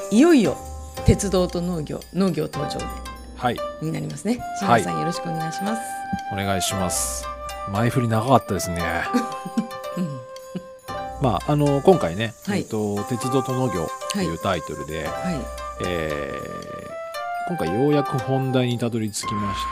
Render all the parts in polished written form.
いよいよ鉄道と農業登場ではい、 になりますね。島田さん、よろしくお願いします。 お願いします。前振り長かったですね。まあ今回ね、鉄道と農業というタイトルで、今回ようやく本題にたどり着きまして、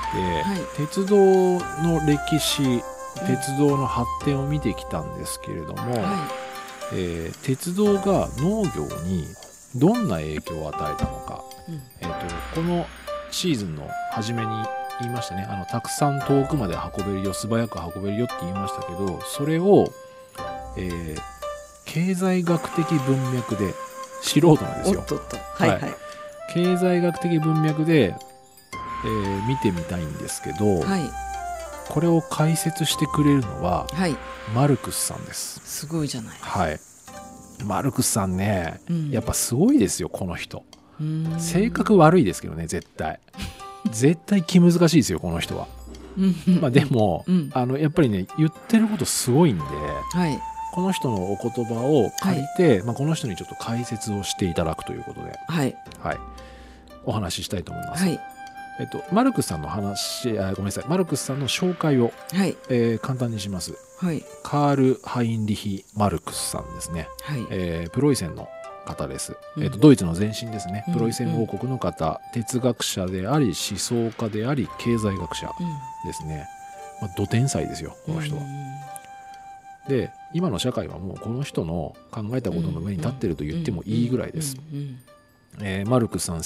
鉄道の歴史、鉄道の発展を見てきたんですけれども、鉄道が農業にどんな影響を与えたのか、このシーズンの初めに言いましたね。たくさん遠くまで運べるよ、素早く運べるよって言いましたけど、それを、経済学的文脈で、素人なんですよ。経済学的文脈で、見てみたいんですけど、これを解説してくれるのは、マルクスさんです。 すごいじゃない。 マルクスさんね、やっぱすごいですよ、この人。性格悪いですけどね、絶対気難しいですよ、この人は。まあでも、やっぱりね、言ってることすごいんで、この人のお言葉を借りて、この人にちょっと解説をしていただくということで、お話ししたいと思います。マルクスさんの話、ごめんなさい、マルクスさんの紹介を、簡単にします。カール・ハインリヒ・マルクスさんですね。プロイセンの方です。ドイツの前身ですね。プロイセン王国の方、哲学者であり、思想家であり、経済学者ですね。ど天才ですよ、この人は。で、今の社会はもうこの人の考えたことの上に立ってると言ってもいいぐらいです。マルクスさん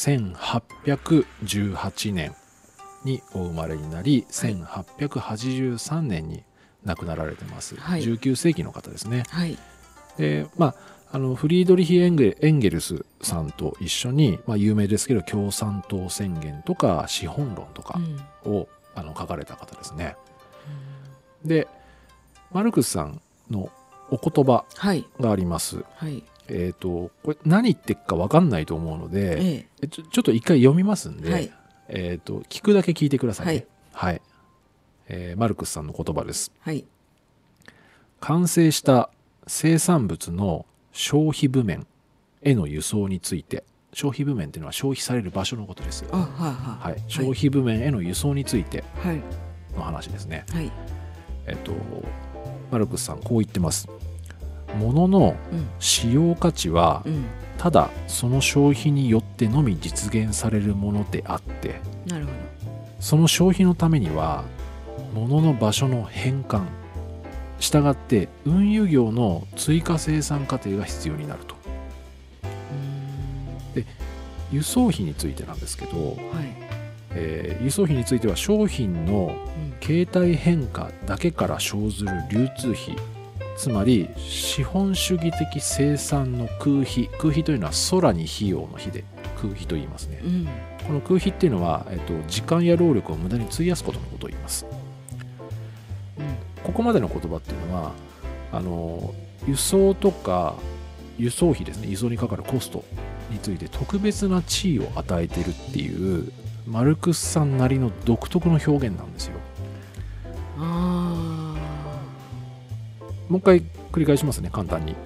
1818年にお生まれになり、1883年に亡くなられてます。19世紀の方ですね。で、フリードリヒ・エンゲルスさんと一緒に、有名ですけど、共産党宣言とか資本論とかを、書かれた方ですね。で、マルクスさんのお言葉があります。これ何言ってるか分かんないと思うので、ちょっと一回読みますんで、聞くだけ聞いてくださいね。マルクスさんの言葉です。完成した生産物の消費部面への輸送について、消費部面というのは消費される場所のことです。消費部面への輸送についての話ですね。マルクスさんこう言ってます。物の使用価値はただその消費によってのみ実現されるものであって、その消費のためには物の場所の変換、したがって運輸業の追加生産過程が必要になると。で、輸送費についてなんですけど、輸送費については商品の形態変化だけから生ずる流通費、つまり資本主義的生産の空費というのは空に費用の費で空費と言いますね。この空費っていうのは、時間や労力を無駄に費やすことのことを言います。ここまでの言葉っていうのは、輸送とか輸送費ですね、輸送にかかるコストについて特別な地位を与えているっていうマルクスさんなりの独特の表現なんですよ。もう一回繰り返しますね、簡単に。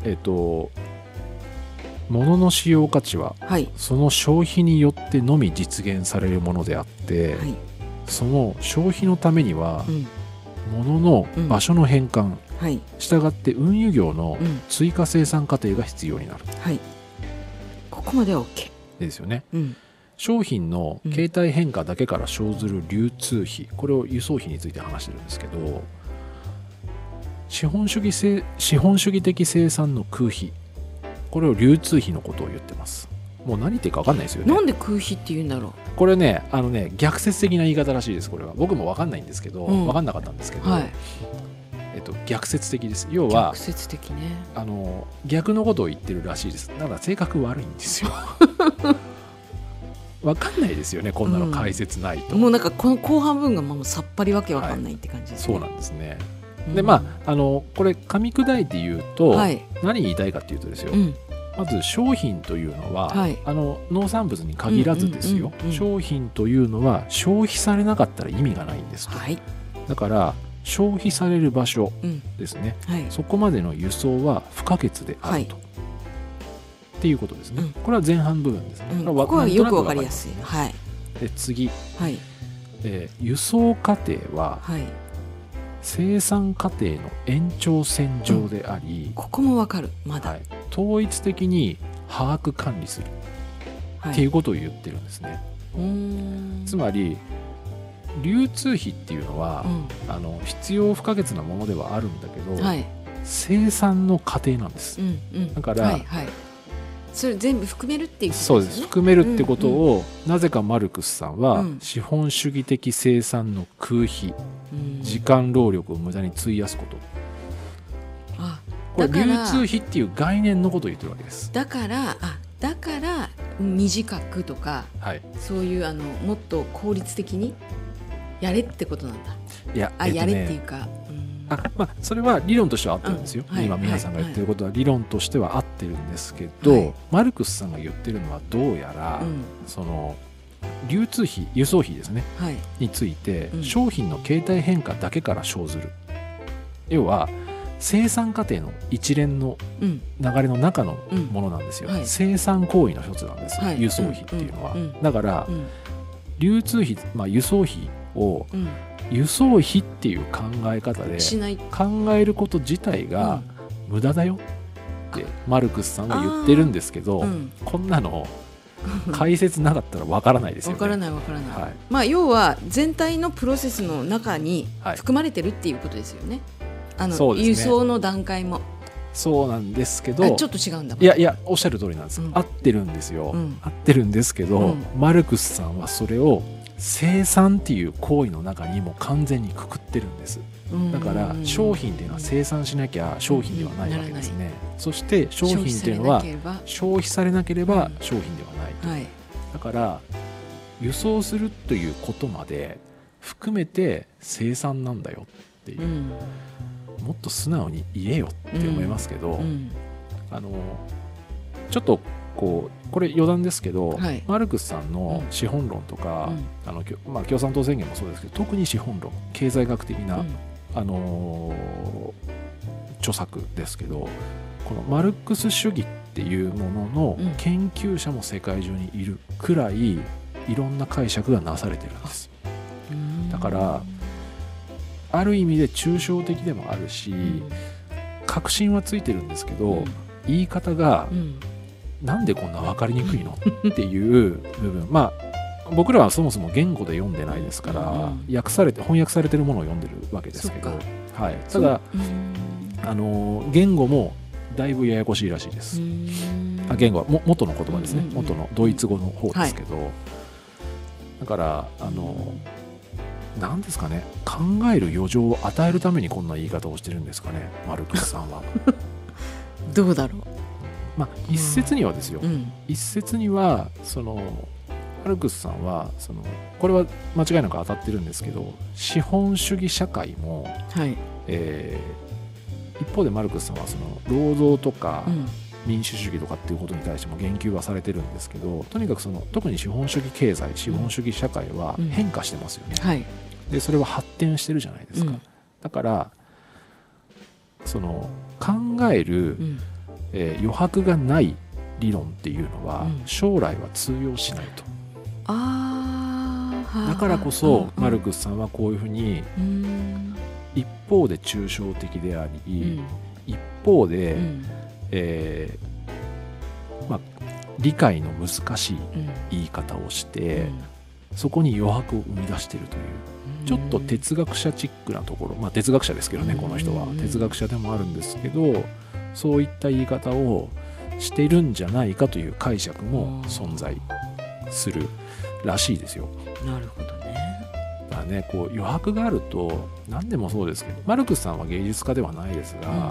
物の使用価値は、その消費によってのみ実現されるものであって、その消費のためには、物の場所の変換、したがって運輸業の追加生産過程が必要になる。 ここまでは OK ですよね。商品の形態変化だけから生ずる流通費、これを輸送費について話してるんですけど、資本主義的生産の空費、これを流通費のことを言ってます。もう何言ってるか分かんないですよね。 なんで空費って言うんだろう。 これね、逆説的な言い方らしいです。これは僕も分かんないんですけど、分かんなかったんですけど、逆説的です。要は逆説的ね、 逆のことを言ってるらしいです。だから性格悪いんですよ。分かんないですよね、こんなの解説ないと。 もうなんかこの後半文がもうさっぱりわけ分かんないって感じですね。 そうなんですね。で、これ噛み砕いて言うと、何言いたいかっていうとですよ、まず商品というのは、農産物に限らずですよ、商品というのは消費されなかったら意味がないんですと。だから消費される場所ですね、そこまでの輸送は不可欠であると。っっていうことですね、 うんこれは前半部分ですね、 ここはよくわかりやすい。はい。 で次、 はい。 輸送過程ははい。 生産過程の延長線上であり、 ここもわかる。まだ。 はい、統一的に把握管理するっていうことを言ってるんですね、つまり流通費っていうのは、必要不可欠なものではあるんだけど、 はい。 生産の過程なんです、だから、 はいはい、それ全部含めるっていうことですね。 そうです。含めるってことを、なぜかマルクスさんは、資本主義的生産の空費、時間労力を無駄に費やすこと、これ流通費っていう概念のことを言ってるわけです。 だから短くとか、はい、そういうもっと効率的にやれってことなんだ。 いや、 やれっていうか、 それは理論としては合ってるんですよ、今皆さんが言ってることは理論としては合ってるんですけど、マルクスさんが言ってるのはどうやら、その流通費、輸送費ですね、について、商品の形態変化だけから生ずる、要は生産過程の一連の流れの中のものなんですよ、生産行為の一つなんです、輸送費っていうのは、だから、流通費、輸送費を、輸送費っていう考え方で考えること自体が無駄だよってマルクスさんは言ってるんですけど、こんなの解説なかったらわからないですよね。わからない、 はい、要は全体のプロセスの中に含まれてるっていうことですよね、そうですね、輸送の段階もそうなんですけど、 ちょっと違うんだ。 いやおっしゃる通りなんです、合ってるんですよ、合ってるんですけど、マルクスさんはそれを生産っていう行為の中にも完全にくくってるんです。だから商品っていうのは生産しなきゃ商品ではないわけですね。そして商品っていうのは消費されなければ商品ではない、だから輸送するということまで含めて生産なんだよっていう、もっと素直に言えよって思いますけど、ちょっとこれ余談ですけど、マルクスさんの資本論とか、共産党宣言もそうですけど、特に資本論、経済学的な、著作ですけど、このマルクス主義っていうものの研究者も世界中にいるくらい、いろんな解釈がなされてるんです。だからある意味で抽象的でもあるし、確信はついてるんですけど、言い方が、なんでこんな分かりにくいのっていう部分、僕らはそもそも言語で読んでないですから、翻訳されてるものを読んでるわけですけど、ただ言語もだいぶややこしいらしいです。言語は元の言葉ですね、元のドイツ語の方ですけど、だからなんですかね、考える余剰を与えるためにこんな言い方をしてるんですかね、マルクスさんは。 どうだろう。 一説にはですよ、一説にはマルクスさんはこれは間違いなく当たってるんですけど、資本主義社会も、一方でマルクスさんは労働とか民主主義とかっていうことに対しても言及はされてるんですけど、とにかく特に資本主義経済、資本主義社会は変化してますよね、でそれは発展してるじゃないですか、だから考える、余白がない理論っていうのは将来は通用しないと、だからこそマルクスさんはこういうふうに一方で抽象的であり、一方で、理解の難しい言い方をして、そこに余白を生み出しているという、ちょっと哲学者チックなところ、哲学者ですけどね、この人は哲学者でもあるんですけど、そういった言い方をしてるんじゃないかという解釈も存在するらしいですよ。 なるほどね。 だからね、余白があると、何でもそうですけど、マルクスさんは芸術家ではないですが、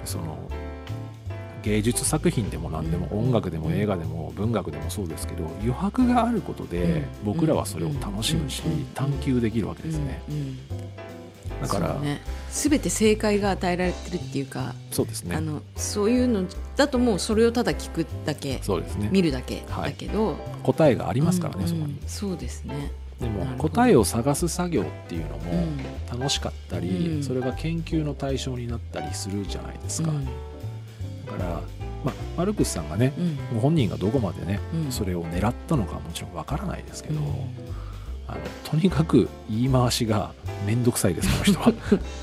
芸術作品でも何でも、音楽でも映画でも文学でもそうですけど、余白があることで僕らはそれを楽しむし、探求できるわけですね。だから全て正解が与えられてるっていうか、 そうですね、 そういうのだともうそれをただ聞くだけ、 そうですね、 見るだけだけど、 答えがありますからね、そこに。 そうですね。 でも答えを探す作業っていうのも楽しかったり、それが研究の対象になったりするじゃないですか。だからマルクスさんがね、ご本人がどこまでね、それを狙ったのかはもちろんわからないですけど、とにかく言い回しがめんどくさいですこの人は。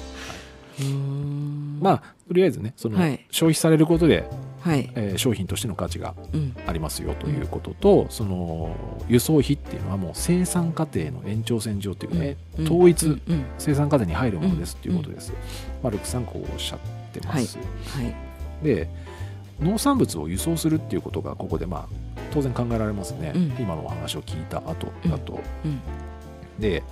まあとりあえずねその、消費されることで、商品としての価値がありますよということと、その輸送費っていうのはもう生産過程の延長線上っていうね、統一、生産過程に入るものですっていうことです、マルクスさんこうおっしゃってます、で農産物を輸送するっていうことがここでまあ当然考えられますね、今のお話を聞いた後だと、で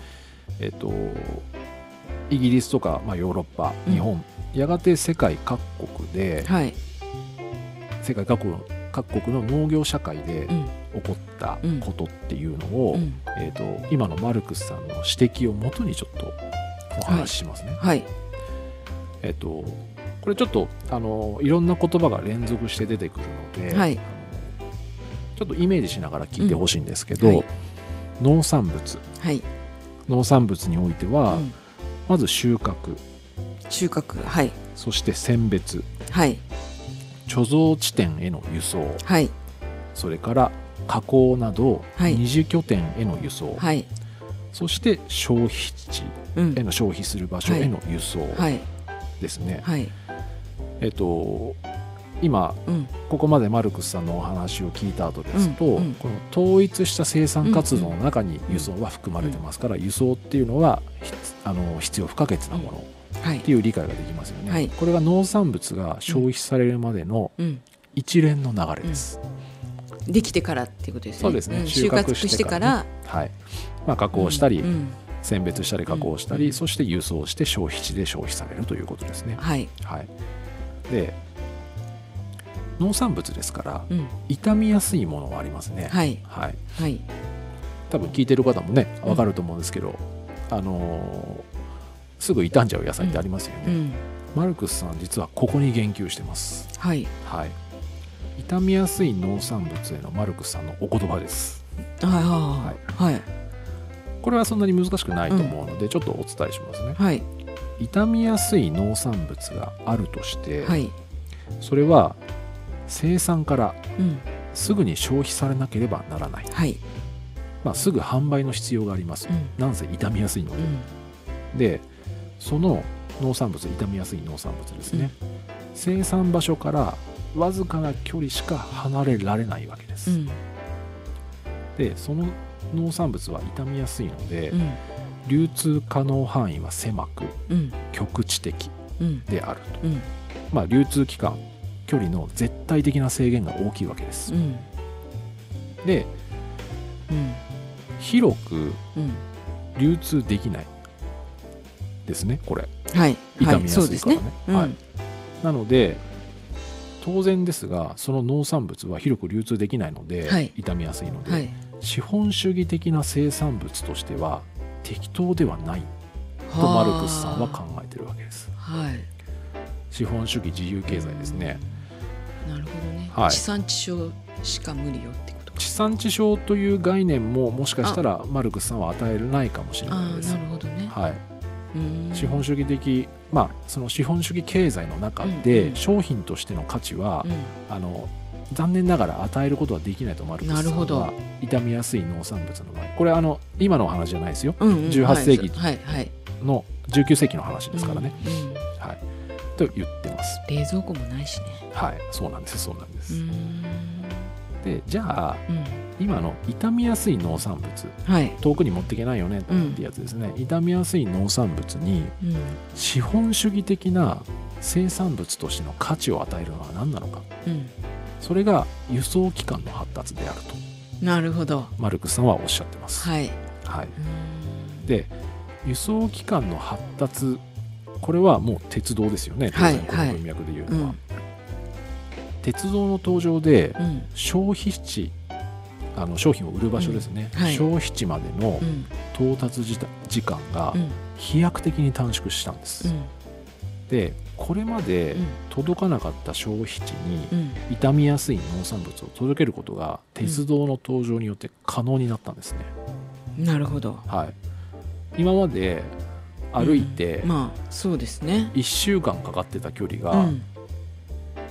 イギリスとか、まあ、ヨーロッパ、日本、やがて世界各国で、世界各国の農業社会で起こったことっていうのを、今のマルクスさんの指摘をもとにちょっとお話ししますね。これちょっといろんな言葉が連続して出てくるので、ちょっとイメージしながら聞いてほしいんですけど、農産物、農産物においては、まず収穫、そして選別、貯蔵地点への輸送、それから加工など二次拠点への輸送、そして消費地への消費する場所への輸送ですね。今、ここまでマルクスさんのお話を聞いた後ですと、この統一した生産活動の中に輸送は含まれてますから、輸送っていうのは必要不可欠なものっていう理解ができますよね。これが農産物が消費されるまでの一連の流れです。 できてからっていうことですね。 そうですね。 収穫してから、 まあ、加工したり、選別したり加工したり、そして輸送して消費地で消費されるということですね。で農産物ですから、傷みやすいものはありますね。多分聞いてる方もね分かると思うんですけど、すぐ傷んじゃう野菜ってありますよね。マルクスさん実はここに言及してます。傷みやすい農産物へのマルクスさんのお言葉です。これはそんなに難しくないと思うので、ちょっとお伝えしますね。傷みやすい農産物があるとして、それは生産からすぐに消費されなければならない、まあ、すぐ販売の必要があります、なんせ傷みやすいので、でその農産物、傷みやすい農産物ですね、生産場所からわずかな距離しか離れられないわけです、でその農産物は傷みやすいので、流通可能範囲は狭く、局地的であると、まあ、流通期間、距離の絶対的な制限が大きいわけです、で、広く流通できないですね、これ、傷みやすいからね。なので当然ですが、その農産物は広く流通できないので、傷みやすいので、資本主義的な生産物としては適当ではないとマルクスさんは考えてるわけです。資本主義自由経済ですね。 なるほどね。地産地消しか無理よってことか。地産地消という概念ももしかしたらマルクスさんは与えるないかもしれないです。 なるほどね。 資本主義的、まあその資本主義経済の中で商品としての価値は、残念ながら与えることはできないとマルクスさんは、傷みやすい農産物の場合、これ今のお話じゃないですよ、18世紀の19世紀の話ですからね、と言ってます。 冷蔵庫もないしね。 そうなんです、そうなんです。でじゃあ、今の傷みやすい農産物、遠くに持っていけないよねってやつですね、傷みやすい農産物に、資本主義的な生産物としての価値を与えるのは何なのか、それが輸送機関の発達であると、 なるほど、 マルクスさんはおっしゃってます。で輸送機関の発達、これはもう鉄道ですよね、当然この文脈でいうのは、鉄道の登場で消費地、商品を売る場所ですね、消費地までの到達時間が飛躍的に短縮したんです、でこれまで届かなかった消費地に傷みやすい農産物を届けることが鉄道の登場によって可能になったんですね。 なるほど。 今まで歩いてそうですね、 1週間かかってた距離が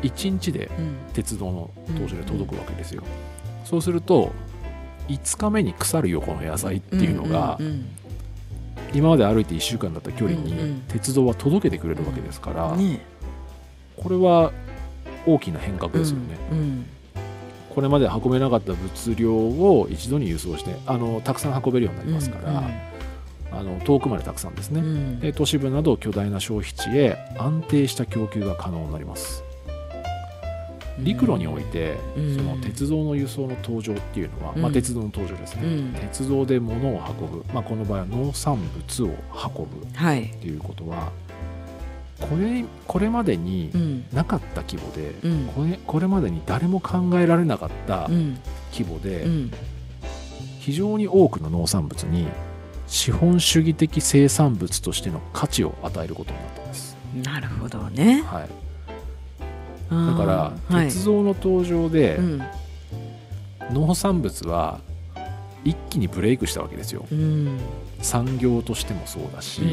1日で鉄道の搭乗で届くわけですよ。そうすると5日目に腐るよこの野菜っていうのが、今まで歩いて1週間だった距離に鉄道は届けてくれるわけですから、これは大きな変革ですよね。これまで運べなかった物量を一度に輸送してたくさん運べるようになりますから、遠くまでたくさんですね、で都市部など巨大な消費地へ安定した供給が可能になります。陸路において、その鉄道の輸送の登場っていうのは、鉄道の登場ですね、鉄道で物を運ぶ、この場合は農産物を運ぶっていうことは、これまでになかった規模で、これまでに誰も考えられなかった規模で、非常に多くの農産物に資本主義的生産物としての価値を与えることになったんです。 なるほどね。 はい、だから鉄道の登場で、農産物は一気にブレイクしたわけですよ。産業としてもそうだし、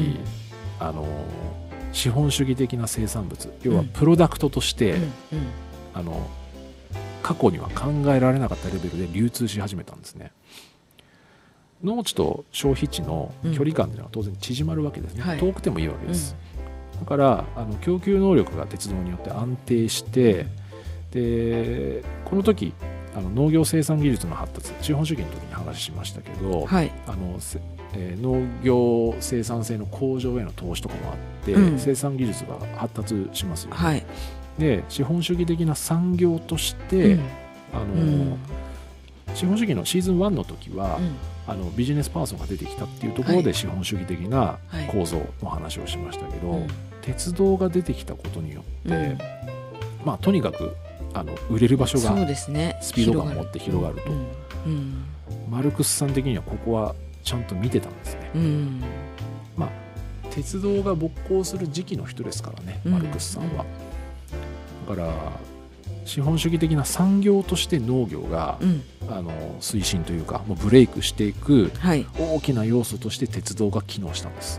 資本主義的な生産物、要はプロダクトとして、過去には考えられなかったレベルで流通し始めたんですね。農地と消費地の距離感というのは当然縮まるわけですね、遠くてもいいわけです、だから供給能力が鉄道によって安定して、でこの時農業生産技術の発達、資本主義の時に話しましたけど、農業生産性の向上への投資とかもあって、生産技術が発達しますよね、で資本主義的な産業として、資本主義のシーズン1の時は、ビジネスパーソンが出てきたっていうところで資本主義的な構造の話をしましたけど、鉄道が出てきたことによって、とにかく売れる場所がスピード感を持って広がると、マルクスさん的にはここはちゃんと見てたんですね、鉄道が勃興する時期の人ですからね、マルクスさんは。だから資本主義的な産業として農業が、推進というかもうブレイクしていく大きな要素として鉄道が機能したんです、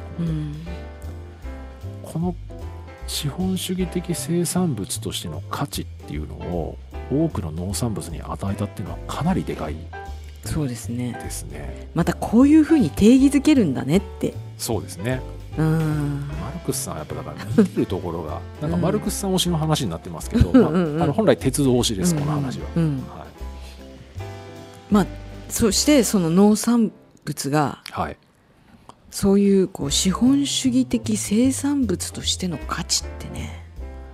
この資本主義的生産物としての価値っていうのを多くの農産物に与えたっていうのはかなりでかいそうですね。 またこういうふうに定義づけるんだねって。 そうですね。マルクスさんはやっぱだから見てるところがなんかマルクスさん推しの話になってますけど、本来鉄道推しです、この話は。 そしてその農産物が、そういう資本主義的生産物としての価値ってね、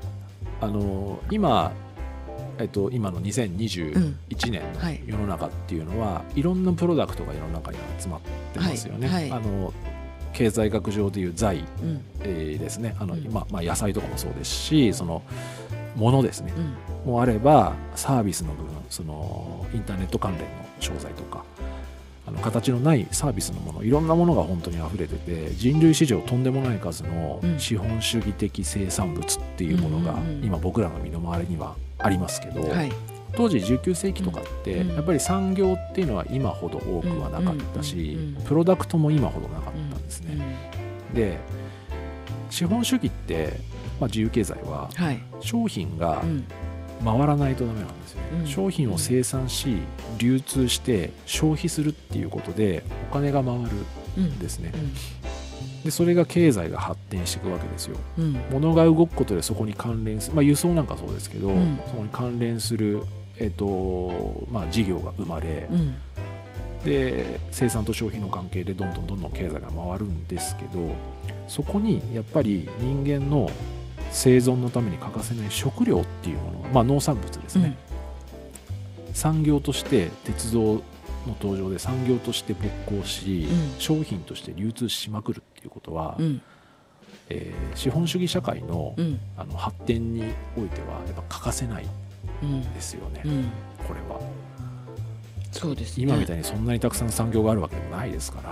今の2021年の世の中っていうのは、いろんなプロダクトが世の中に集まってますよね。経済学上でいう財、ですね。野菜とかもそうですし、そのものですね、もあればサービスの部分、そのインターネット関連の商材とか、形のないサービスのもの、いろんなものが本当に溢れてて、人類史上とんでもない数の資本主義的生産物っていうものが今僕らの身の回りにはありますけど、当時19世紀とかってやっぱり産業っていうのは今ほど多くはなかったし、プロダクトも今ほどなかったんですね。で資本主義って、自由経済は商品が回らないとダメなんですよね。商品を生産し流通して消費するっていうことでお金が回るんですね。でそれが経済が発展していくわけですよ。物が動くことでそこに関連する、輸送なんかそうですけど、そこに関連する、事業が生まれ、で生産と消費の関係でどんどん経済が回るんですけど、そこにやっぱり人間の生存のために欠かせない食料っていうもの、農産物ですね、産業として鉄道の登場で産業として勃興し、商品として流通しまくるっていうことは、資本主義社会の、発展においてはやっぱ欠かせないですよね、これは。 そうですね、 今みたいにそんなにたくさん産業があるわけでもないですから、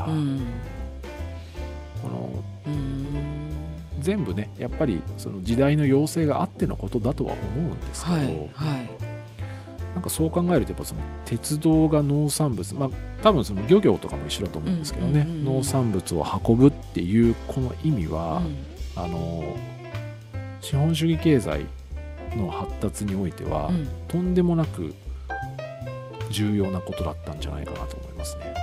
全部ねやっぱりその時代の要請があってのことだとは思うんですけど、なんかそう考えるとやっぱその鉄道が農産物、多分その漁業とかも一緒だと思うんですけどね、農産物を運ぶっていうこの意味は、資本主義経済の発達においては、とんでもなく重要なことだったんじゃないかなと思いますね。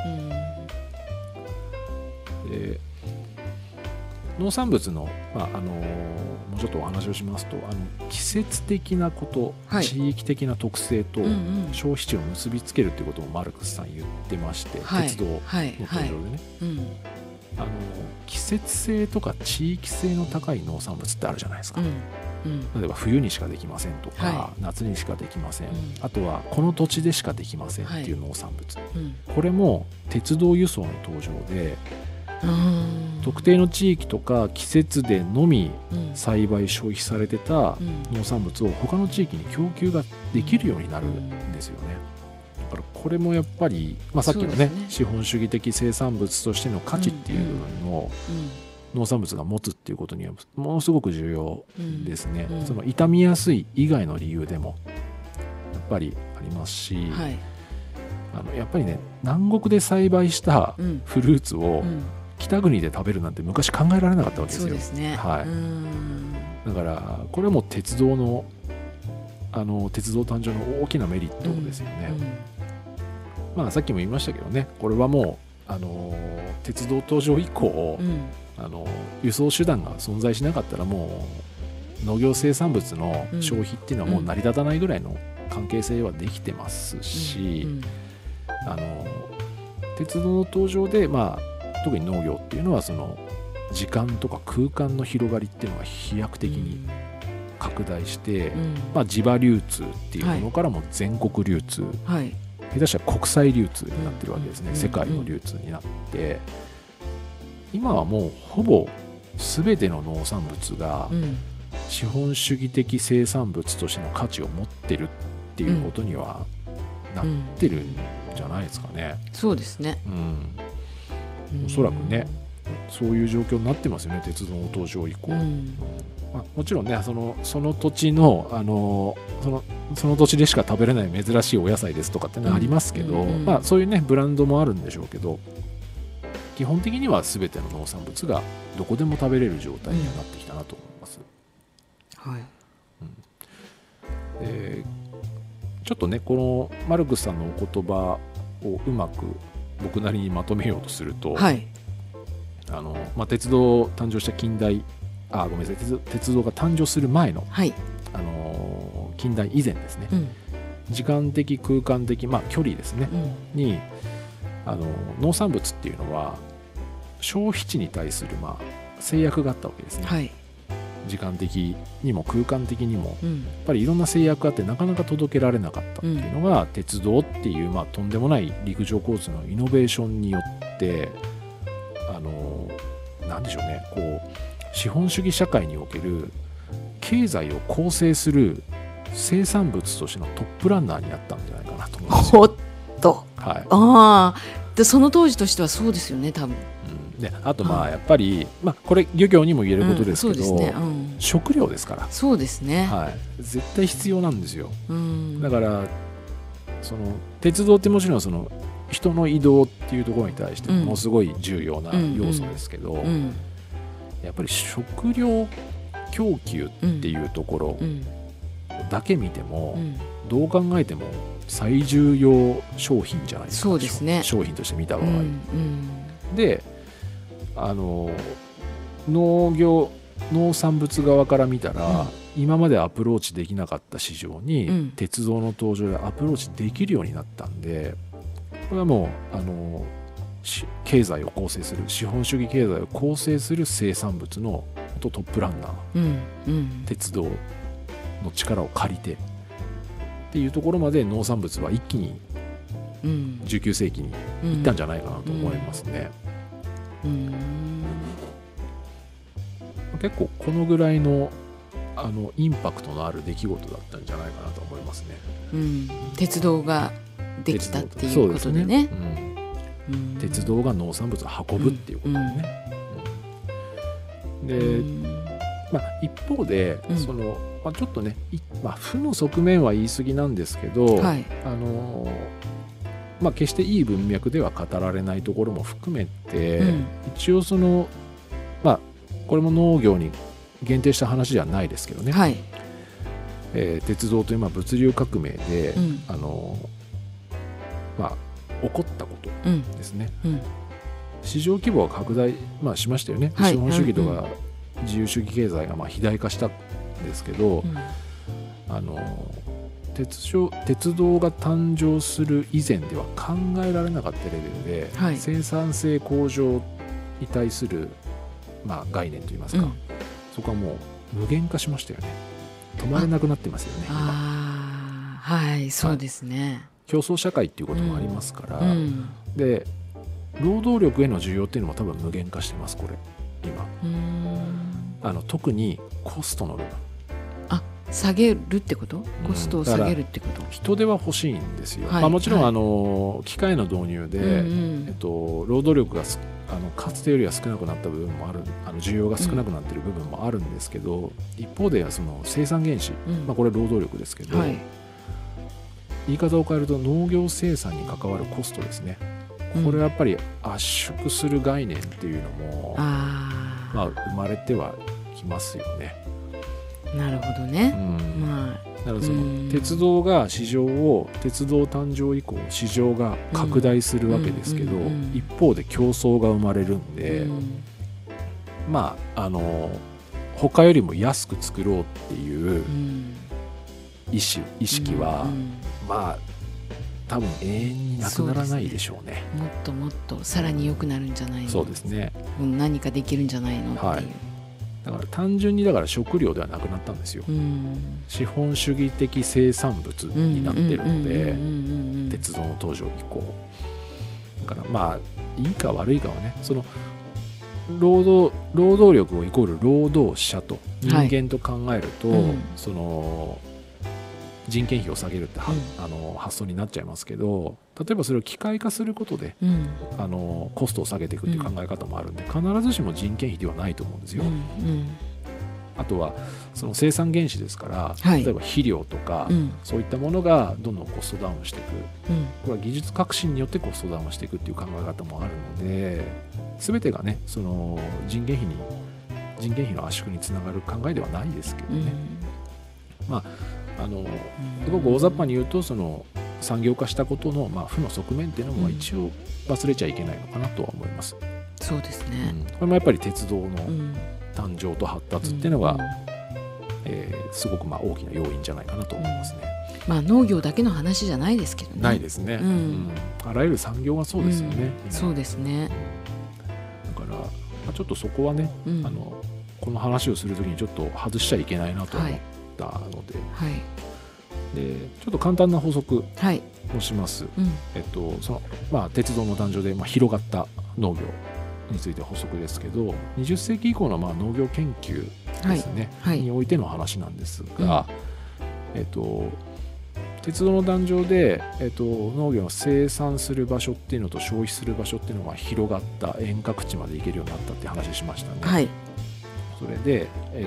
で農産物の、もうちょっとお話をしますと、季節的なこと、地域的な特性と消費地を結びつけるということをマルクスさん言ってまして、鉄道の登場でね、季節性とか地域性の高い農産物ってあるじゃないですか。例えば冬にしかできませんとか、夏にしかできません、あとはこの土地でしかできませんっていう農産物、これも鉄道輸送の登場で、特定の地域とか季節でのみ栽培消費されてた農産物を他の地域に供給ができるようになるんですよね。だからこれもやっぱり、さっきのね、資本主義的生産物としての価値っていう部分の農産物が持つっていうことにはものすごく重要ですね。その傷みやすい以外の理由でもやっぱりありますし、やっぱりね、南国で栽培したフルーツを北国で食べるなんて昔考えられなかったわけですよ。 そうですね。 だからこれも鉄道の鉄道誕生の大きなメリットですよね。さっきも言いましたけどね、これはもう鉄道登場以降、輸送手段が存在しなかったらもう農業生産物の消費っていうのはもう成り立たないぐらいの関係性はできてますし、鉄道の登場で、特に農業っていうのはその時間とか空間の広がりっていうのが飛躍的に拡大して、地場流通っていうものからも全国流通、下手したら国際流通になってるわけですね。世界の流通になって、今はもうほぼ全ての農産物が資本主義的生産物としての価値を持ってるっていうことにはなってるんじゃないですかね。 そうですね。 おそらくね、そういう状況になってますよね、鉄道の登場以降。もちろんね、その土地の、その土地でしか食べれない珍しいお野菜ですとかってのはありますけど、そういうねブランドもあるんでしょうけど、基本的には全ての農産物がどこでも食べれる状態にはなってきたなと思います。ちょっとね、このマルクスさんのお言葉をうまく僕なりにまとめようとすると、鉄道誕生した近代、ごめんなさい、鉄道が誕生する前の、近代以前ですね、時間的空間的、距離ですね、に農産物っていうのは消費地に対する制約があったわけですね。時間的にも空間的にも、やっぱりいろんな制約があってなかなか届けられなかったっていうのが、鉄道っていう、とんでもない陸上交通のイノベーションによってなんでしょうね、こう資本主義社会における経済を構成する生産物としてのトップランナーになったんじゃないかなと思いますよ。 おっと、でその当時としてはそうですよね、多分。 であとやっぱり、これ漁業にも言えることですけど、食料ですから。 そうですね、 絶対必要なんですよ。だからその鉄道ってもちろんその人の移動っていうところに対してものすごい重要な要素ですけど、やっぱり食料供給っていうところだけ見ても、どう考えても最重要商品じゃないですか。 そうですね、 商品として見た場合、で農産物側から見たら、今までアプローチできなかった市場に、鉄道の登場でアプローチできるようになったんで、これはもう経済を構成する資本主義経済を構成する生産物のトップランナー、鉄道の力を借りてっていうところまで農産物は一気に19世紀に行ったんじゃないかなと思いますね。結構このぐらいのインパクトのある出来事だったんじゃないかなと思いますね。 鉄道ができたっていうことでね。 鉄道が農産物を運ぶっていうことでね。で、一方で、そのちょっとね、負の側面は言い過ぎなんですけど、決していい文脈では語られないところも含めて、一応そのこれも農業に限定した話ではないですけどね、 鉄道という物流革命で、起こったことですね、市場規模は拡大、しましたよね、資本主義とか自由主義経済が肥大化したんですけど、鉄道が誕生する以前では考えられなかったレベルで、生産性向上に対する、概念といいますか、そこはもう無限化しましたよね。止まれなくなってますよね今。 そうですね。 競争社会っていうこともありますから、で労働力への需要っていうのも多分無限化してます、これ今。特にコストの部分、 下げるってこと？コストを下げるってこと？ 人手は欲しいんですよ、もちろん、機械の導入で、労働力がかつてよりは少なくなった部分もある、需要が少なくなっている部分もあるんですけど、一方ではその生産原資、これ労働力ですけど、言い方を変えると農業生産に関わるコストですね。これはやっぱり圧縮する概念っていうのも、生まれてはきますよね。 なるほどね。 だからその鉄道が鉄道誕生以降市場が拡大するわけですけど、一方で競争が生まれるんで、他よりも安く作ろうっていう意識は、多分永遠になくならないでしょうね。 もっともっとさらに良くなるんじゃないの。 そうですね。 何かできるんじゃないのっていう。 だから単純に食料ではなくなったんですよ。資本主義的生産物になってるので、鉄道の登場以降だからいいか悪いかはね、その労働力をイコール労働者と人間と考えると、その人件費を下げるって発想になっちゃいますけど、例えばそれを機械化することで、コストを下げていくっていう考え方もあるんで、必ずしも人件費ではないと思うんですよ。あとはその生産原資ですから、例えば肥料とか、そういったものがどんどんコストダウンしていく、これは技術革新によってコストダウンしていくっていう考え方もあるので、全てがねその人件費の圧縮につながる考えではないですけどね。すごく大雑把に言うと、その産業化したことの、負の側面っていうのも一応忘れちゃいけないのかなとは思います。 そうですね。 これもやっぱり鉄道の誕生と発達っていうのが、すごく大きな要因じゃないかなと思いますね。 農業だけの話じゃないですけどね。 ないですね。あらゆる産業がそうですよね。 そうですね。 だから、ちょっとそこはね、この話をするときにちょっと外しちゃいけないなと思ったので、でちょっと簡単な補足をします。その鉄道の誕生で広がった農業について補足ですけど、20世紀以降の農業研究ですね、においての話なんですが、鉄道の誕生で、農業を生産する場所っていうのと消費する場所っていうのが広がった、遠隔地まで行けるようになったって話しましたね。それで、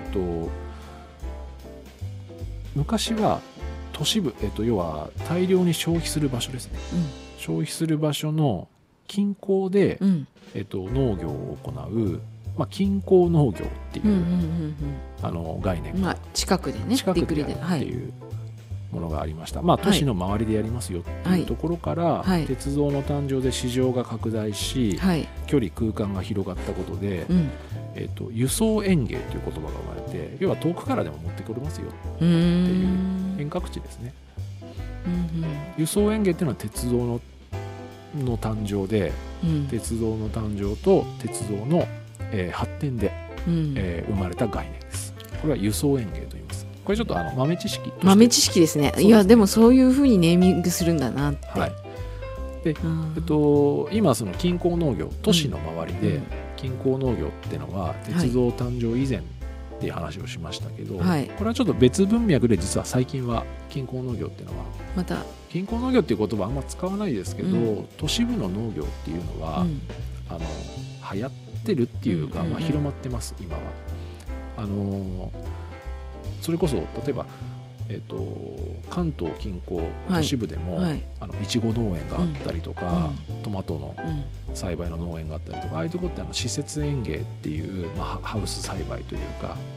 昔は都市部、要は大量に消費する場所ですね、消費する場所の近郊で、農業を行う、近郊農業っていう、概念が、 近くでね、 近くでやるっていうものがありました。都市の周りでやりますよっていうところから、鉄道の誕生で市場が拡大し、距離空間が広がったことで、輸送園芸という言葉が生まれて、要は遠くからでも持ってこれますよっていう遠隔地ですね。輸送園芸っていうのは鉄道の誕生で、鉄道の誕生と鉄道の、発展で、生まれた概念です。これは輸送園芸と言います。これちょっと豆知識として、 豆知識ですね。いやでもそういうふうにネーミングするんだなって。 で今その近郊農業、都市の周りで、近郊農業っていうのは鉄道誕生以前っていう話をしましたけど、これはちょっと別文脈で、実は最近は近郊農業っていうのはまた近郊農業っていう言葉あんま使わないですけど、都市部の農業っていうのは、流行ってるっていうか、広まってます今は。それこそ例えば、関東近郊都市部でも、いちご農園があったりとか、トマトの栽培の農園があったりとか、ああいうところって施設園芸っていう、ハウス栽培というか、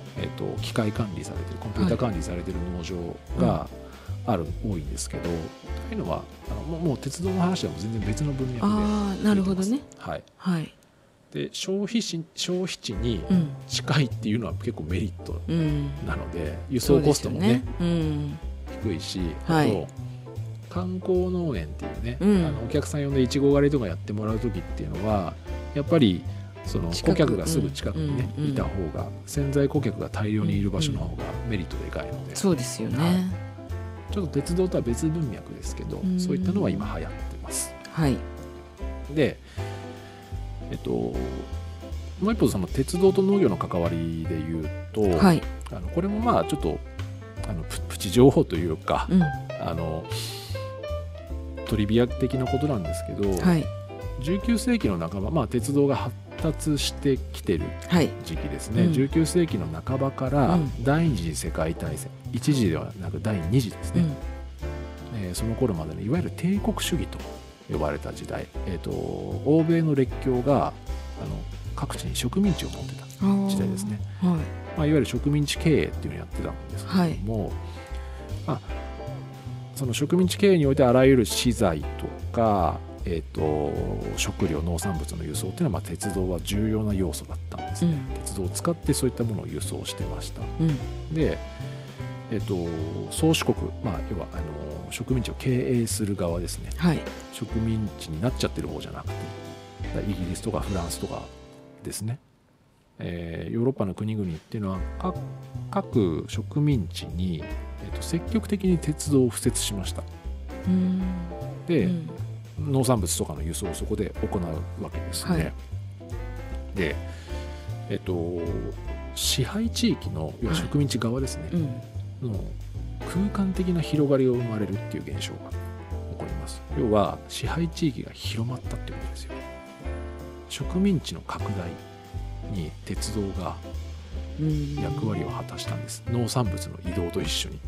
機械管理されてるコンピューター管理されてる農場が多いんですけど、というのはもう鉄道の話はもう全然別の文脈で。 ああ、なるほどね。 はい、 はい、 で消費地に近いっていうのは結構メリットなので、輸送コストもね、低いし、あと観光農園っていうね、お客さん呼んでいちご狩りとかやってもらう時っていうのはやっぱりその顧客がすぐ近くにね、いた方が、潜在顧客が大量にいる場所の方がメリットでかいので、 そうですよね。 ちょっと鉄道とは別文脈ですけど、そういったのは今流行ってます。 はい。 で、もう一方その鉄道と農業の関わりでいうと、はい、これもまあちょっとプチ情報というか、トリビア的なことなんですけど、はい、19世紀の半ば、鉄道が発達してきてる時期ですね、19世紀の半ばから第二次世界大戦、一次ではなく第二次ですね、その頃までのいわゆる帝国主義と呼ばれた時代、欧米の列強が各地に植民地を持ってた時代ですね。いわゆる植民地経営っていうのをやってたんですけれども、その植民地経営においてあらゆる資材とか、食料農産物の輸送っていうのは、鉄道は重要な要素だったんですね。鉄道を使ってそういったものを輸送してました。で、宗主国、要は植民地を経営する側ですね、植民地になっちゃってる方じゃなくて、イギリスとかフランスとかですね、ヨーロッパの国々っていうのは各植民地に、積極的に鉄道を敷設しました。で、農産物とかの輸送をそこで行うわけですね。で、支配地域の要は植民地側ですね、の空間的な広がりを生まれるっていう現象が起こります。要は支配地域が広まったっていうことですよ。植民地の拡大に鉄道が役割を果たしたんです。農産物の移動と一緒に。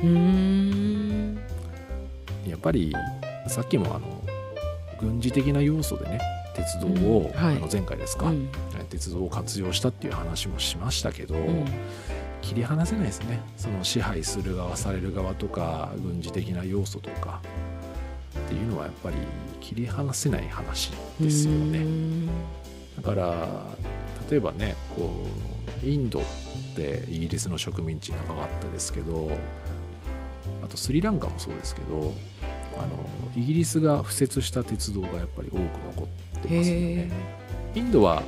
やっぱりさっきも軍事的な要素でね、鉄道を、前回ですか、鉄道を活用したっていう話もしましたけど、切り離せないですね。その支配する側される側とか軍事的な要素とかっていうのはやっぱり切り離せない話ですよね。だから例えばね、インドってイギリスの植民地長かったですけど、あとスリランカもそうですけど、イギリスが敷設した鉄道がやっぱり多く残ってますよね。インドは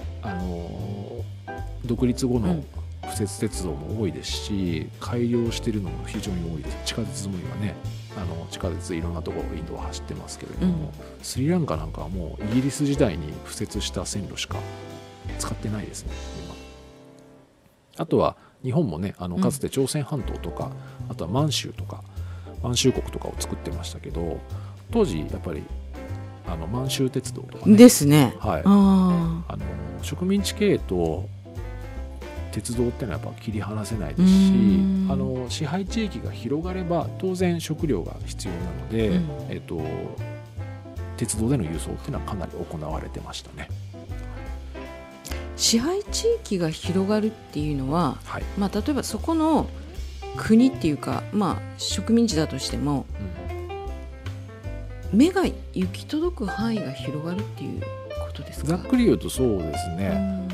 独立後の敷設鉄道も多いですし、改良しているのも非常に多いです。地下鉄も今ね、地下鉄いろんなところインドは走ってますけれども、スリランカなんかはもうイギリス時代に敷設した線路しか使ってないですね今。あとは日本もね、かつて朝鮮半島とか、あとは満州とか満州国とかを作ってましたけど、当時やっぱり満州鉄道とか、ね、 ですね、 植民地経営と鉄道っていうのはやっぱ切り離せないですし、支配地域が広がれば当然食料が必要なので、鉄道での輸送っていうのはかなり行われてましたね。 支配地域が広がるっていうのは、例えばそこの国っていうか、植民地だとしても、目が行き届く範囲が広がるっていうことですか？ ざっくり言うとそうですね。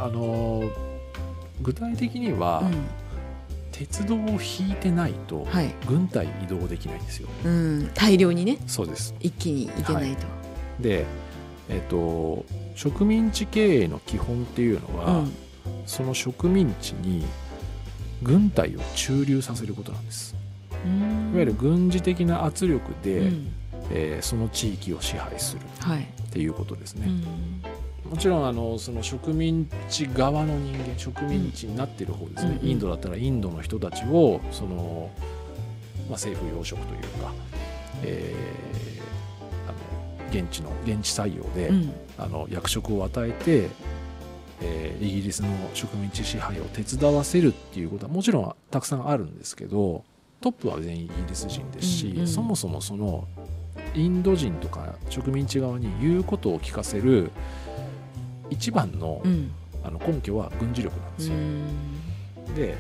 具体的には、鉄道を引いてないと軍隊移動できないんですよ。 大量にね。 そうです。 一気に行けないと。 で、植民地経営の基本っていうのは、その植民地に軍隊を駐留させることなんです。いわゆる軍事的な圧力で、その地域を支配するっていうことですね。もちろんその植民地側の人間、植民地になっている方ですね、インドだったらインドの人たちをその、政府要職というか、現地採用で、役職を与えて、イギリスの植民地支配を手伝わせるっていうことはもちろんたくさんあるんですけど、トップは全員イギリス人ですし、そもそもそのインド人とか植民地側に言うことを聞かせる一番の、根拠は軍事力なんですよ。 で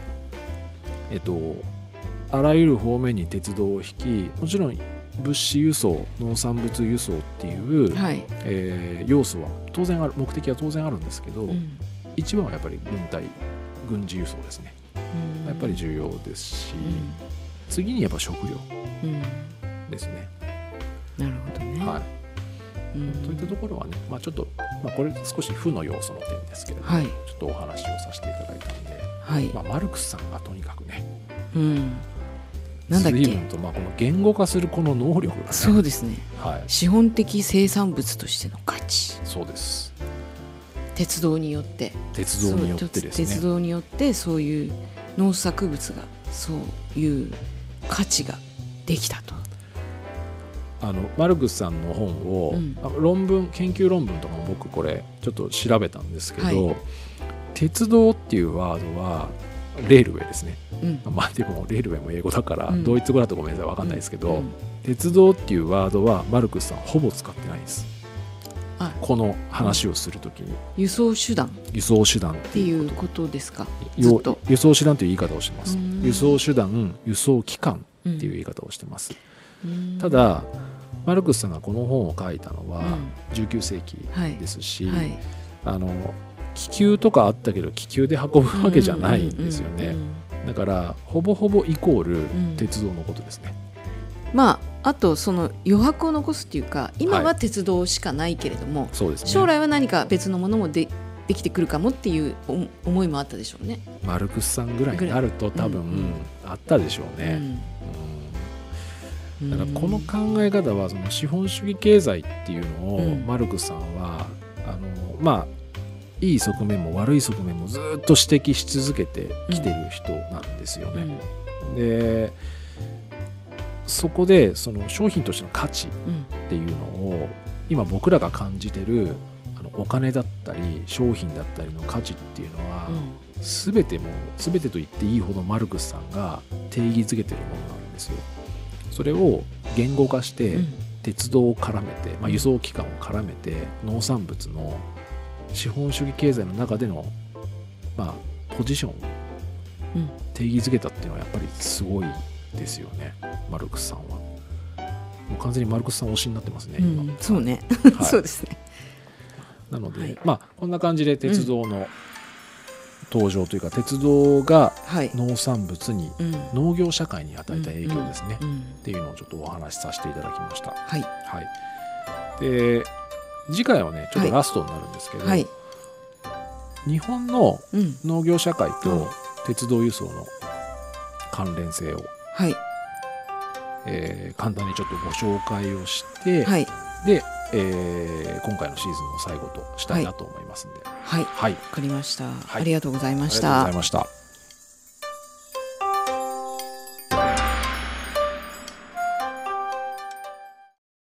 あらゆる方面に鉄道を引き、もちろん物資輸送、農産物輸送っていう、要素は当然ある、目的は当然あるんですけど、一番はやっぱり軍事輸送ですね。やっぱり重要ですし、次にやっぱ食料ですね。 なるほどね。 といったところはね、ちょっと、これ少し負の要素の点ですけれども、ちょっとお話をさせていただいたので、マルクスさんがとにかくね、 なんだっけ、 随分とこの言語化するこの能力がね、 そうですね、資本的生産物としての価値、 そうです。 鉄道によってですね、 鉄道によってそういう農作物がそういう価値ができたと。 マルクスさんの本を、研究論文とかも僕これちょっと調べたんですけど、鉄道っていうワードはレールウェイですね。でもレールウェイも英語だから、ドイツ語だとごめんなさい分かんないですけど、鉄道っていうワードはマルクスさんほぼ使ってないんです。この話をするときに輸送手段っていうことですか。ずっと輸送手段という言い方をしてます。輸送手段、輸送機関っていう言い方をしてます。ただマルクスさんがこの本を書いたのは19世紀ですし、気球とかあったけど気球で運ぶわけじゃないんですよね。だからほぼほぼイコール鉄道のことですね。 あとその余白を残すっていうか、今は鉄道しかないけれども、将来は何か別のものもできてくるかもっていう思いもあったでしょうね。 マルクスさんぐらいになると多分あったでしょうね。だからこの考え方はその資本主義経済っていうのをマルクスさんはいい側面も悪い側面もずっと指摘し続けてきてる人なんですよね。でそこでその商品としての価値っていうのを今僕らが感じてるお金だったり商品だったりの価値っていうのは全てと言っていいほどマルクスさんが定義づけてるものなんですよ。それを言語化して鉄道を絡めて、輸送機関を絡めて農産物の資本主義経済の中での、ポジションを定義づけたっていうのはやっぱりすごいですよね、マルクスさんは。もう完全にマルクスさん推しになってますね、今。 そうね、そうですね。 なので、こんな感じで鉄道の登場というか、鉄道が農産物に、農業社会に与えた影響ですね、っていうのをちょっとお話しさせていただきました。で次回はねちょっとラストになるんですけど、日本の農業社会と鉄道輸送の関連性を、簡単にちょっとご紹介をして、で、今回のシーズンの最後としたいなと思いますんで。 わかりました。ありがとうございました。